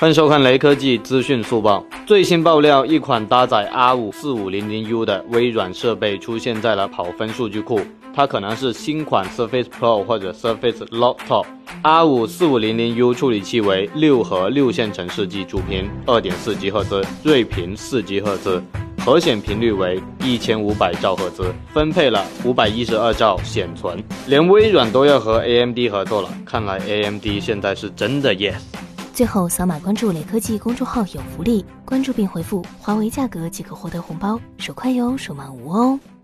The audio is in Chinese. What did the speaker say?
欢迎收看雷科技资讯速报。最新爆料，一款搭载 R54500U 的微软设备出现在了跑分数据库，它可能是新款 Surface Pro 或者 Surface Laptop。R54500U 处理器为6核6线程式级主频 2.4 赫兹，睿频4 吉赫兹，核显频率为1500兆赫兹，分配了512兆显存。连微软都要和 AMD 合作了，看来 AMD 现在是真的 yes。 最后扫码关注雷科技公众号有福利，关注并回复华为价格即可获得红包，手快有，手慢无哦。